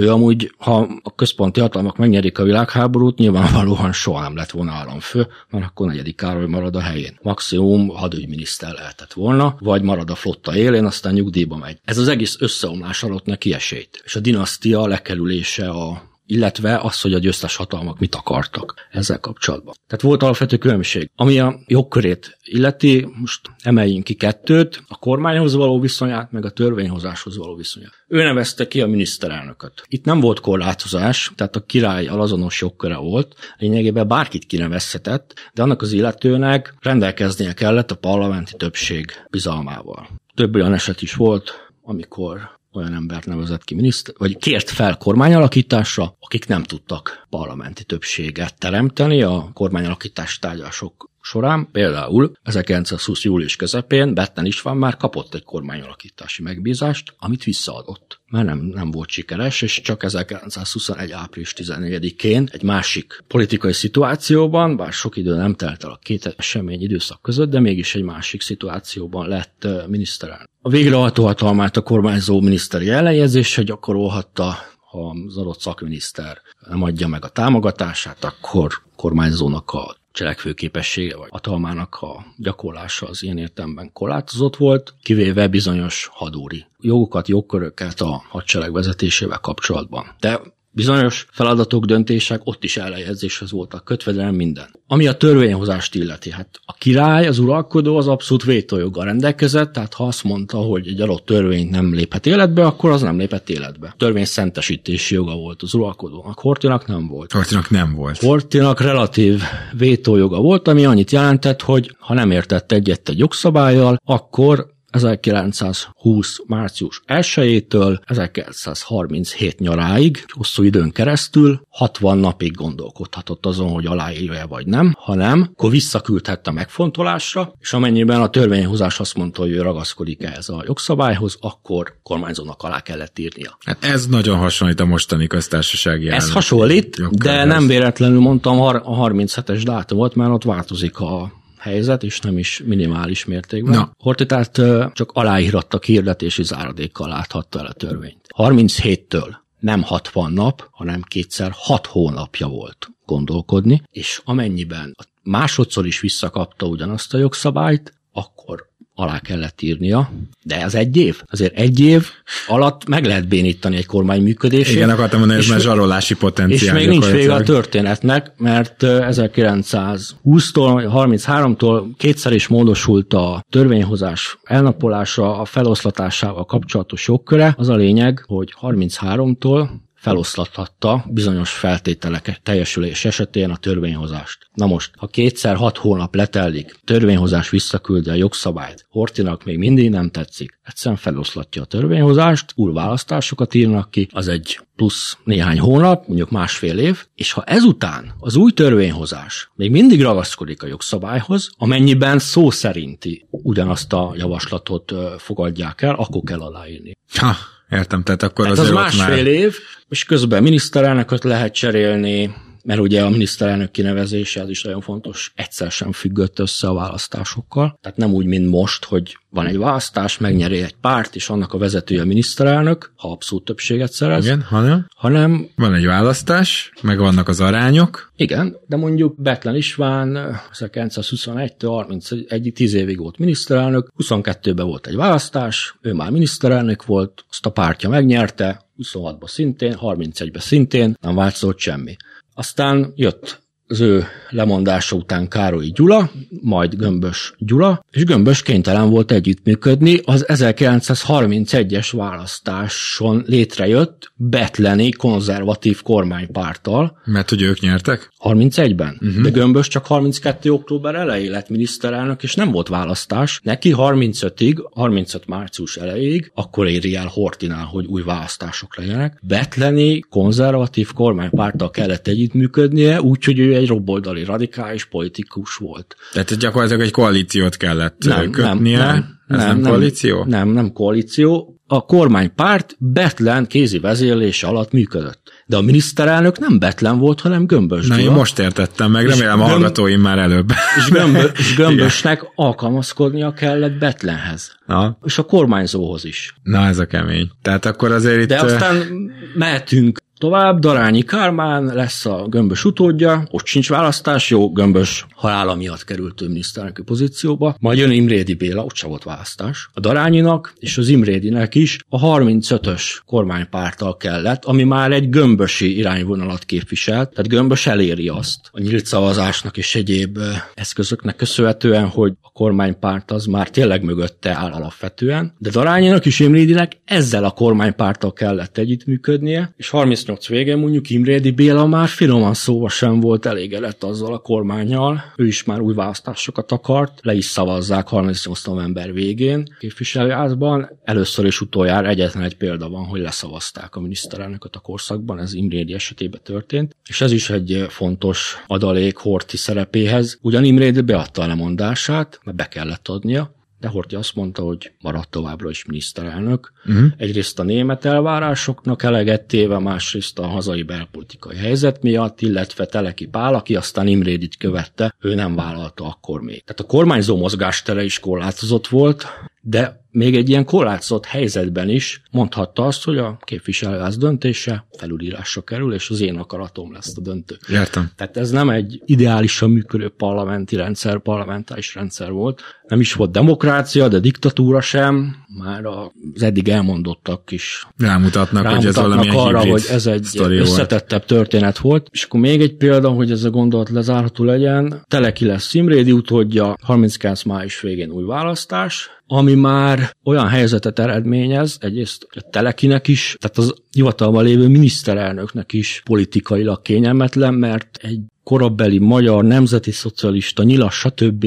hogy ha a központi hatalmak megnyerik a világháborút, nyilvánvalóan soha nem lett volna államfő, mert akkor negyedik Károly marad a helyén. Maximum hadügyminiszter lehetett volna, vagy marad a flotta élén, aztán nyugdíjba megy. Ez az egész összeomlás adott neki esélyt. És a dinasztia lekerülése a illetve az, hogy a győztes hatalmak mit akartak ezzel kapcsolatban. Tehát volt alapvető különbség. Ami a jogkörét illeti, most emeljünk ki kettőt, a kormányhoz való viszonyát, meg a törvényhozáshoz való viszonyát. Ő nevezte ki a miniszterelnököt. Itt nem volt korlátozás, tehát a király alazonos jogköre volt, lényegében bárkit kinevezhetett, de annak az illetőnek rendelkeznie kellett a parlamenti többség bizalmával. Több olyan eset is volt, amikor olyan embert nevezett ki miniszter, vagy kért fel kormányalakításra, akik nem tudtak parlamenti többséget teremteni a kormányalakítás tárgyalások során. Például ezerkilencszázhúsz július közepén Bethlen István már kapott egy kormányalakítási megbízást, amit visszaadott, mert nem, nem volt sikeres, és csak ezerkilencszázhuszonegy április tizennegyedikén egy másik politikai szituációban, bár sok idő nem telt el a két esemény időszak között, de mégis egy másik szituációban lett miniszterelnök. A végrehajtó hatalmát a kormányzó miniszteri ellenjegyzéssel gyakorolhatta, ha az adott szakminiszter nem adja meg a támogatását, akkor kormányzónak a cselekvőképessége vagy hatalmának a gyakorlása az ilyen értelemben korlátozott volt, kivéve bizonyos hadúri jogokat, jogköröket a hadsereg vezetésével kapcsolatban. De bizonyos feladatok, döntések ott is ellenjegyzéshez voltak kötve, de nem minden. Ami a törvényhozást illeti, hát a király, az uralkodó az abszolút vétójoggal rendelkezett, tehát ha azt mondta, hogy egy adott törvényt nem léphet életbe, akkor az nem lépett életbe. Törvény szentesítési joga volt az uralkodónak, Horthynak nem volt. Horthynak nem volt. Horthynak relatív vétójoga volt, ami annyit jelentett, hogy ha nem értett egyet egy jogszabállyal, akkor ezerkilencszázhúsz március elsejétől ezerkilencszázharminchét nyaráig, hosszú időn keresztül hatvan napig gondolkodhatott azon, hogy aláírja-e vagy nem, ha nem, akkor visszaküldhette megfontolásra, és amennyiben a törvényhozás azt mondta, hogy ő ragaszkodik ehhez a jogszabályhoz, akkor kormányzónak alá kellett írnia. Hát ez nagyon hasonlít a mostani köztársasági Ez hasonlít, de nem véletlenül mondtam a harminchetes dátumot, mert ott változik a helyzet, és nem is minimális mértékben. No. Horthy tehát csak aláíratta hirdetési záradékkal láthatta el a törvényt. harminchettől nem hatvan nap, hanem kétszer hat hónapja volt gondolkodni, és amennyiben másodszor is visszakapta ugyanazt a jogszabályt, akkor alá kellett írnia, de ez egy év. Azért egy év alatt meg lehet bénítani egy kormány működését. Igen, akartam mondani, ez már zsarolási potenciál. És még nincs vége a történetnek, mert ezerkilencszázhúsztól, harmincháromtól kétszer is módosult a törvényhozás elnapolása, a feloszlatásával kapcsolatos jogköre. Az a lényeg, hogy harmincháromtól feloszlathatta bizonyos feltételek teljesülés esetén a törvényhozást. Na most, ha kétszer hat hónap letelik, törvényhozás visszaküldi a jogszabályt, Horthynak még mindig nem tetszik, egyszerűen feloszlatja a törvényhozást, újválasztásokat írnak ki, az egy plusz néhány hónap, mondjuk másfél év, és ha ezután az új törvényhozás még mindig ragaszkodik a jogszabályhoz, amennyiben szó szerinti ugyanazt a javaslatot fogadják el, akkor kell aláírni. Ha. Értem, tehát akkor tehát azért az másfél már... év, és közben miniszterelnököt lehet cserélni, mert ugye a miniszterelnök kinevezése, az is nagyon fontos, egyszer sem függött össze a választásokkal. Tehát nem úgy, mint most, hogy van egy választás, megnyeri egy párt, és annak a vezetője a miniszterelnök, ha abszolút többséget szerez. Igen, hanem? hanem van egy választás, meg vannak az arányok. Igen, de mondjuk Bethlen István ezerkilencszázhuszonegytől harmincegy, tíz évig volt miniszterelnök, huszonkettőben volt egy választás, ő már miniszterelnök volt, azt a pártja megnyerte, huszonhatban szintén, harmincegyben szintén, nem változott semmi. Aztán jött az ő lemondása után Károlyi Gyula, majd Gömbös Gyula, és Gömbös kénytelen volt együttműködni az ezerkilencszázharmincegyes választáson létrejött bethleni konzervatív kormánypárttal. Mert hogy ők nyertek? harmincegyben. Uh-huh. De Gömbös csak harminckettő október elején lett miniszterelnök, és nem volt választás. Neki harmincötig, harmincöt március elejéig, akkor éri el Horthynál, hogy új választások legyenek. Bethleni konzervatív kormánypárttal kellett együttműködnie, úgyhogy ő egy jobboldali radikális politikus volt. Tehát gyakorlatilag egy koalíciót kellett nem, kötnie. Nem, nem, Ez nem, nem koalíció? Nem, nem koalíció. A kormánypárt Bethlen kézi vezérlése alatt működött. De a miniszterelnök nem Bethlen volt, hanem Gömbös Gyula. Na, én most értettem meg, remélem a gömb... hallgatóim már előbb. És, Gömbö... és Gömbösnek alkalmazkodnia kellett Bethlenhez. Na. És a kormányzóhoz is. Na, ez a kemény. Tehát akkor azért itt... De aztán mehetünk tovább, Darányi Kálmán lesz a Gömbös utódja, ott sincs választás, jó, Gömbös halála miatt került ő miniszterelnöki pozícióba, majd jön Imrédi Béla, ott sem volt választás. A Darányinak és az Imrédinek is a harmincötös kormánypárttal kellett, ami már egy gömbösi irányvonalat képviselt, tehát Gömbös eléri azt a nyílt szavazásnak és egyéb eszközöknek köszönhetően, hogy a kormánypárt az már tényleg mögötte áll alapvetően, de Darányinak és Imrédinek ezzel a kormánypárttal kellett együttműködnie, és harmincnyolc végén mondjuk Imrédi Béla már finoman szóval sem volt elégedett azzal a kormánnyal, ő is már új választásokat akart, le is szavazzák harmincnyolc november végén képviselőházban. Először és utoljára egyetlen egy példa van, hogy leszavazták a miniszterelnököt a korszakban, ez Imrédi esetében történt, és ez is egy fontos adalék Horthy szerepéhez, ugyan Imrédi beadta a lemondását, mert be kellett adnia, de Horthy azt mondta, hogy maradt továbbra is miniszterelnök. Uh-huh. Egyrészt a német elvárásoknak eleget téve, másrészt a hazai belpolitikai helyzet miatt, illetve Teleki Pál, aki aztán Imrédit követte, ő nem vállalta akkor még. Tehát a kormányzó mozgástere is korlátozott volt, de még egy ilyen korlátozott helyzetben is mondhatta azt, hogy a képviselőház döntése felülírásra kerül, és az én akaratom lesz a döntő. Értem. Tehát ez nem egy ideálisan működő parlamenti rendszer, parlamentáris rendszer volt. Nem is volt demokrácia, de diktatúra sem. Már az eddig elmondottak is rámutatnak, rámutatnak hogy ez valamilyen arra, hibrid hogy ez egy összetettebb volt. történet volt. És akkor még egy példa, hogy ez a gondolat lezárható legyen. Teleki lesz Imrédi utódja, harminckilenc május végén új választás, ami már olyan helyzetet eredményez, egyrészt a Telekinek is, tehát az hivatalban lévő miniszterelnöknek is politikailag kényelmetlen, mert egy korabeli magyar nemzeti szocialista, nyilas, stb.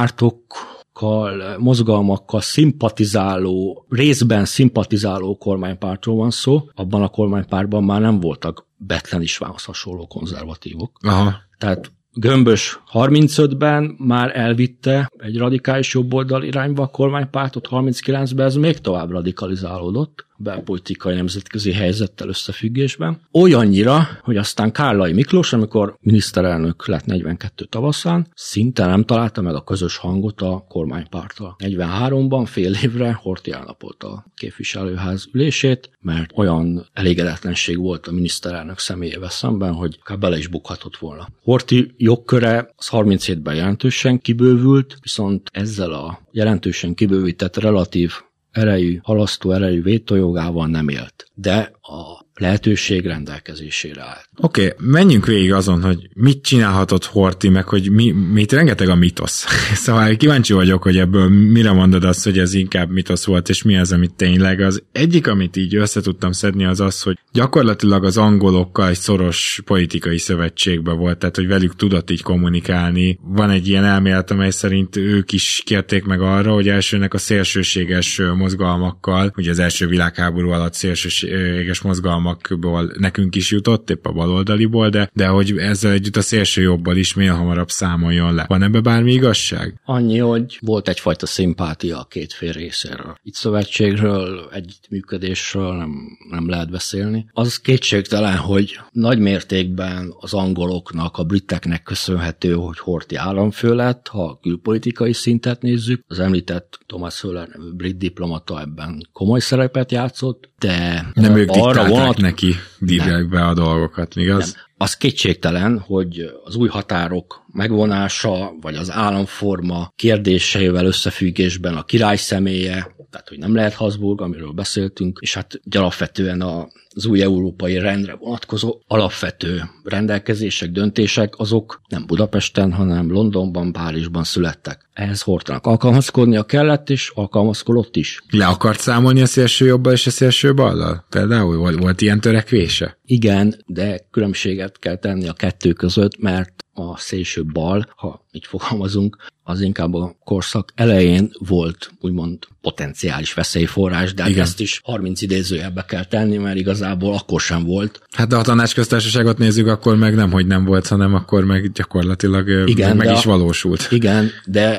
Pártokkal, mozgalmakkal szimpatizáló, részben szimpatizáló kormánypártról van szó. Abban a kormánypártban már nem voltak Bethlen-Istvánhoz hasonló konzervatívok. Aha. Tehát Gömbös harmincötben már elvitte egy radikális jobboldal irányba a kormánypártot, harminckilencben ez még tovább radikalizálódott a belpolitikai nemzetközi helyzettel összefüggésben. Olyannyira, hogy aztán Kállai Miklós, amikor miniszterelnök lett negyvenkettő tavaszán, szinte nem találta meg a közös hangot a kormánykpárttal. negyvenháromban fél évre Horthy elnapolta a képviselőház ülését, mert olyan elégedetlenség volt a miniszterelnök személyével szemben, hogy akár bele is bukhatott volna. Horthy jogköre az harminchétben jelentősen kibővült, viszont ezzel a jelentősen kibővített relatív erejű, halasztó erejű vétójogával nem élt. De a lehetőség rendelkezésére állt. Oké, okay, menjünk végig azon, hogy mit csinálhatott Horthy, meg hogy mi, mit rengeteg a mitosz. Szóval kíváncsi vagyok, hogy ebből mire mondod azt, hogy ez inkább mitosz volt, és mi az, amit tényleg. Az egyik, amit így össze tudtam szedni, az az, hogy gyakorlatilag az angolokkal egy szoros politikai szövetségben volt, tehát hogy velük tudott így kommunikálni. Van egy ilyen elmélet, amely szerint ők is kérték meg arra, hogy elsőnek a szélsőséges mozgalmakkal, ugye az első világháború alatt szélsőséges mozgalmakból nekünk is jutott, épp a baloldaliból, de, de hogy ezzel együtt a szélső jobbal is minél hamarabb számoljon le. Van ebbe bármi igazság? Annyi, hogy volt egyfajta szimpátia a két fél részéről. Itt szövetségről, együttműködésről nem, nem lehet beszélni. Az kétségtelen, hogy nagy mértékben az angoloknak, a briteknek köszönhető, hogy Horthy államfő lett, ha a külpolitikai szintet nézzük. Az említett Thomas Höller nevű brit diplomata ebben komoly szerepet játszott, de nem ők diktálták vonat... neki direktbe a dolgokat, igaz? Nem. Az kétségtelen, hogy az új határok megvonása, vagy az államforma kérdéseivel összefüggésben a király személye, tehát hogy nem lehet Habsburg, amiről beszéltünk, és hát alapvetően a az új európai rendre vonatkozó alapvető rendelkezések, döntések, azok nem Budapesten, hanem Londonban, Párizsban születtek. Ehhez Horthynak alkalmazkodnia kellett, és alkalmazkodott is. Le akart számolni a szélső jobbal és a szélső ballal? Például volt, volt ilyen törekvése? Igen, de különbséget kell tenni a kettő között, mert a szélső bal, ha így fogalmazunk, az inkább a korszak elején volt úgymond potenciális veszélyforrás, de hát ezt is harminc idézőjelbe kell tenni, mert igazából akkor sem volt. Hát de a tanácsköztársaságot nézzük, akkor meg nem, hogy nem volt, hanem akkor meg gyakorlatilag igen, meg is a, valósult. Igen, de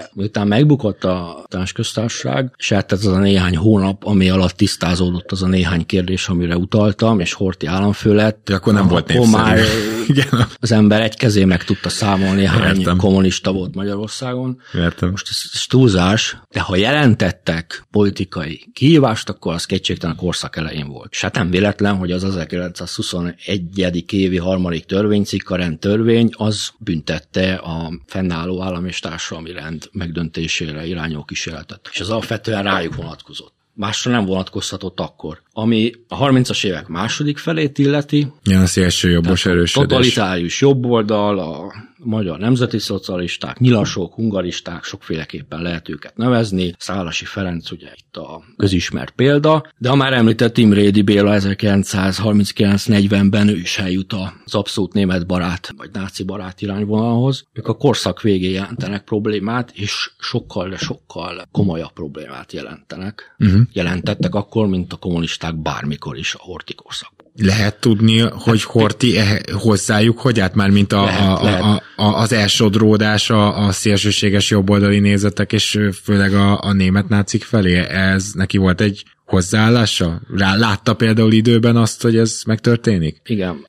De miután megbukott a Tanácsköztársaság, és eltelt az a néhány hónap, ami alatt tisztázódott az a néhány kérdés, amire utaltam, és Horthy államfő lett. De akkor nem volt népszerű. Már az ember egy kezé meg tudta számolni, hány Értem. kommunista volt Magyarországon. Értem. Most ez, ez túlzás, de ha jelentettek politikai kihívást, akkor az kétségtelen a korszak elején volt. És hát nem véletlen, hogy az ezerkilencszázhuszonegyedik évi harmadik törvénycikk, a rendtörvény, az büntette a fennálló állam és társadalmi rend megdöntésére irányuló kísérletet. És az alapvetően rájuk vonatkozott. Másra nem vonatkozhatott akkor. Ami a harmincas évek második felét illeti. Ja, az első jobbos erősödés. Totalitárius jobboldal, a magyar nemzeti szocialisták, nyilasok, hungaristák, sokféleképpen lehet őket nevezni. Szálasi Ferenc ugye itt a közismert példa, de a már említett Imrédy Béla ezerkilencszázharminckilenc negyvenben ő is eljut az abszolút német barát, vagy náci barát irányvonalhoz. Ők a korszak végén jelentenek problémát, és sokkal, de sokkal komolyabb problémát jelentenek. Uh-huh. Jelentettek akkor, mint a kommunisták bármikor is a Horthy korszakban. Lehet tudni, hogy Horthy eh, hozzájuk hogy állt már, mint a, lehet, a, a, a, az elsodródás a, a szélsőséges jobboldali nézetek, és főleg a, a német nácik felé? Ez neki volt egy hozzáállása? Rá látta például időben azt, hogy ez megtörténik? Igen.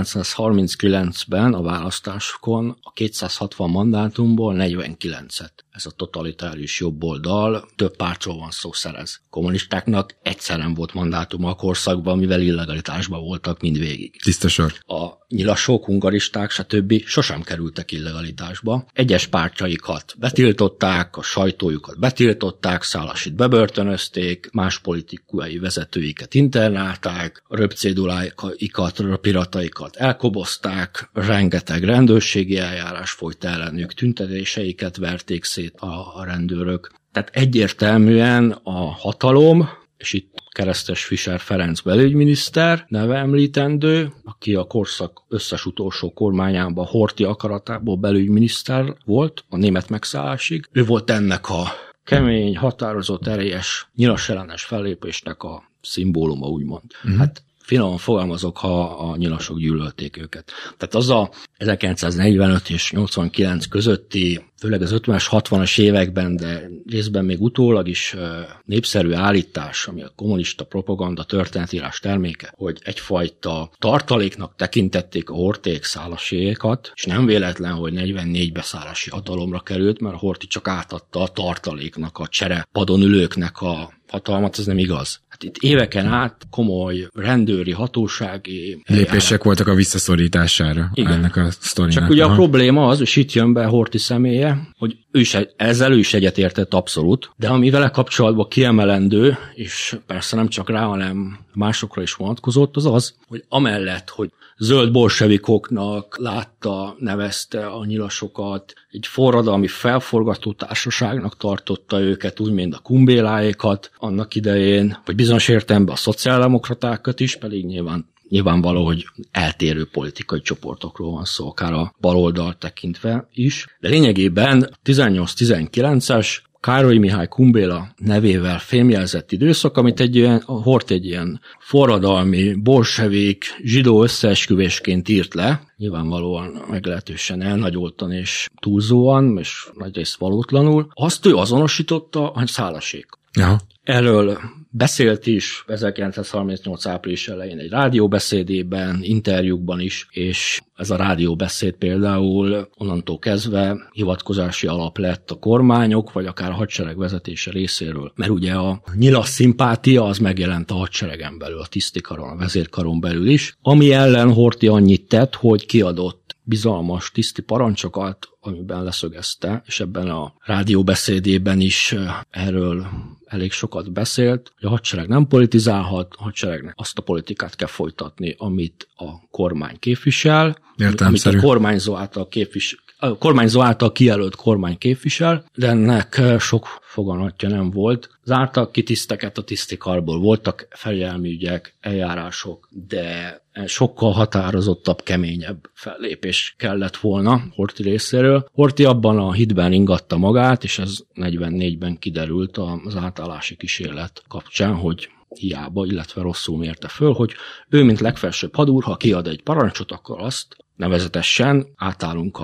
ezerkilencszázharminckilencben a választásokon a kétszázhatvan mandátumból negyvenkilencet ez a totalitárius jobboldal, több pártról van szó, szerez. Kommunistáknak egyszer nem volt mandátuma a korszakban, mivel illegalitásban voltak mindvégig. Tiszta sor. A nyilasok, hungaristák, stb. Sosem kerültek illegalitásba. Egyes pártjaikat betiltották, a sajtójukat betiltották, Szálasit bebörtönözték, más politikai vezetőiket internálták, a röpcéduláikat, röpirataikat elkobozták, rengeteg rendőrségi eljárás folyt ellenük, tüntetéseiket verték szét a rendőrök. Tehát egyértelműen a hatalom, és itt Keresztes Fischer Ferenc belügyminiszter neve említendő, aki a korszak összes utolsó kormányában Horthy akaratából belügyminiszter volt, a német megszállásig. Ő volt ennek a kemény, határozott, erélyes, nyilasellenes fellépésnek a szimbóluma, úgymond. Uh-huh. Hát finoman fogalmazok, ha a nyilasok gyűlölték őket. Tehát az a ezerkilencszáznegyvenöt és nyolcvankilenc közötti, főleg az ötvenes, hatvanas években, de részben még utólag is népszerű állítás, ami a kommunista propaganda történetírás terméke, hogy egyfajta tartaléknak tekintették a Horthyék Szálasiékat, és nem véletlen, hogy negyvennégyben Szálasi hatalomra került, mert a Horthy csak átadta a tartaléknak, a cserepadon ülőknek a hatalmat, ez nem igaz. Hát itt éveken át komoly rendőri, hatósági lépések voltak a visszaszorítására. Igen. Ennek a sztorinak. Csak ugye a probléma az, és itt jön be Horthy személye, hogy ő is, ezzel ő is egyetértett abszolút, de ami vele kapcsolatban kiemelendő, és persze nem csak rá, hanem másokra is vonatkozott, az az, hogy amellett, hogy zöld bolsevikoknak látta, nevezte a nyilasokat, egy forradalmi felforgató társaságnak tartotta őket, úgy, mint a kumbéláékat annak idején, vagy bizonyos értelemben a szociáldemokratákat is, pedig nyilván Nyilvánvaló, hogy eltérő politikai csoportokról van szó, akár a baloldal tekintve is. De lényegében tizennyolc-tizenkilences Károly Mihály Kumbéla nevével fémjelzett időszak, amit egy ilyen, a Horthy egy ilyen forradalmi, bolsevik, zsidó összeesküvésként írt le, nyilvánvalóan meglehetősen elnagyoltan és túlzóan, és nagyrészt valótlanul. Azt ő azonosította a Szálasék. Ja. Erről beszélt is ezerkilencszázharmincnyolc április elején egy rádióbeszédében, interjúkban is, és ez a rádióbeszéd például onnantól kezdve hivatkozási alap lett a kormányok, vagy akár a hadsereg vezetése részéről. Mert ugye a nyilas szimpátia az megjelent a hadseregen belül, a tisztikaron, a vezérkaron belül is, ami ellen Horthy annyit tett, hogy kiadott bizalmas tiszti parancsokat, amiben leszögezte, és ebben a rádióbeszédében is erről elég sokat beszélt, hogy a hadsereg nem politizálhat, a hadseregnek azt a politikát kell folytatni, amit a kormány képvisel, amit a kormányzó által képvisel, a kormányzó által kijelölt kormány képvisel, de ennek sok foganatja nem volt. Zártak ki tiszteket a tisztikarból, voltak fegyelmi ügyek, eljárások, de sokkal határozottabb, keményebb fellépés kellett volna Horthy részéről. Horthy abban a hitben ingatta magát, és ez negyvennégyben kiderült az átállási kísérlet kapcsán, hogy hiába, illetve rosszul mérte föl, hogy ő, mint legfelsőbb hadúr, ha kiad egy parancsot, akkor azt nevezetesen átállunk a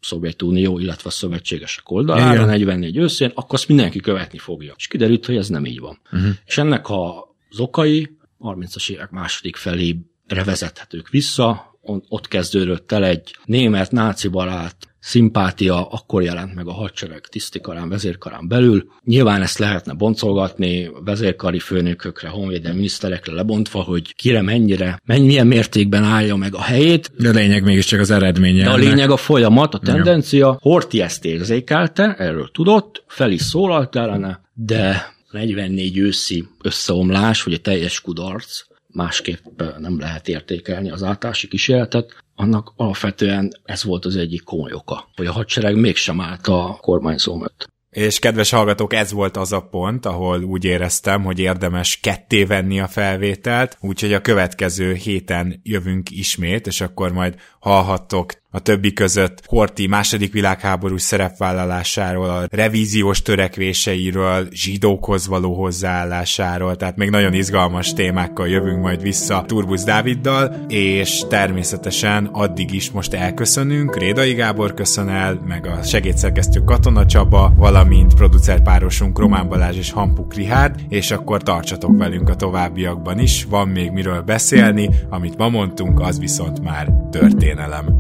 Szovjetunió, illetve a szövetségesek oldalára, igen. negyvennégy őszén, akkor azt mindenki követni fogja. És kiderült, hogy ez nem így van. Uh-huh. És ennek az okai harmincas évek második felére vezethetők vissza, ott kezdődött el egy német náci barát szimpátia, akkor jelent meg a hadsereg tisztikarán, vezérkarán belül. Nyilván ezt lehetne boncolgatni vezérkari főnökökre, honvédelmi miniszterekre lebontva, hogy kire mennyire, mennyi, milyen mértékben állja meg a helyét. De a lényeg mégiscsak az eredménye. De a lényeg a folyamat, a tendencia. Horthy ezt érzékelte, erről tudott, fel is szólalt ellene, de negyvennégy őszi összeomlás, vagy a teljes kudarc, másképp nem lehet értékelni az átási kísérletet, annak alapvetően ez volt az egyik komoly oka, hogy a hadsereg mégsem állt a kormányzó mögött. És kedves hallgatók, ez volt az a pont, ahol úgy éreztem, hogy érdemes ketté venni a felvételt, úgyhogy a következő héten jövünk ismét, és akkor majd hallhattok a többi között Horthy második világháborús szerepvállalásáról, a revíziós törekvéseiről, zsidókhoz való hozzáállásáról, tehát még nagyon izgalmas témákkal jövünk majd vissza Turbusz Dáviddal, és természetesen addig is most elköszönünk. Rédai Gábor köszön el, meg a segédszerkesztő Katona Csaba, valamint producerpárosunk Román Balázs és Hampuk Rihárd, és akkor tartsatok velünk a továbbiakban is, van még miről beszélni, amit ma mondtunk, az viszont már történelem.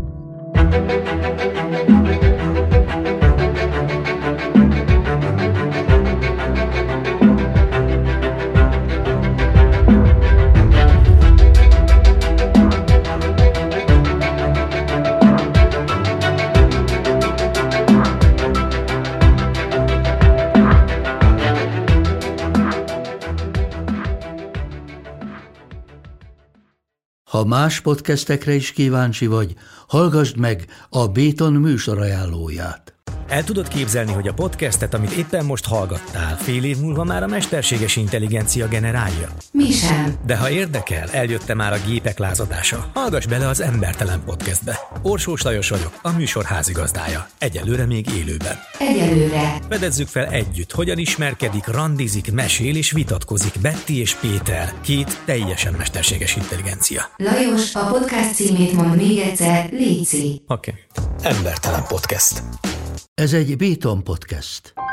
Ha más podcastekre is kíváncsi vagy, hallgassd meg a Béton műsor ajánlóját. El tudod képzelni, hogy a podcastet, amit éppen most hallgattál, fél év múlva már a mesterséges intelligencia generálja? Mi sem. De ha érdekel, eljött már a gépek lázadása. Hallgass bele az Embertelen Podcastbe. Orsós Lajos vagyok, a műsor házigazdája. Egyelőre még élőben. Egyelőre. Fedezzük fel együtt, hogyan ismerkedik, randizik, mesél és vitatkozik Betty és Péter, két teljesen mesterséges intelligencia. Lajos, a podcast címét mond még egyszer, léci. Oké. Okay. Embertelen Podcast. Ez egy Béton podcast.